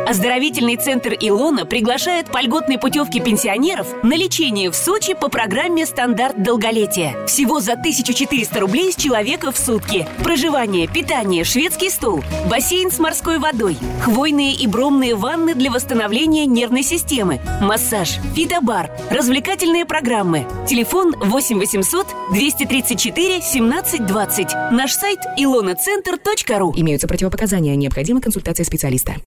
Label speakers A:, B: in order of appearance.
A: Оздоровительный центр «Илона» приглашает по льготной путевке пенсионеров на лечение в Сочи по программе «Стандарт долголетия». Всего за 1400 рублей с человека в сутки. Проживание, питание, шведский стол, бассейн с морской водой, хвойные и бромные ванны для восстановления нервной системы, массаж, фитобар, развлекательные программы. Телефон 8 800 234 17 20. Наш сайт ilonacenter.ru.
B: Имеются противопоказания. Необходима консультация специалиста.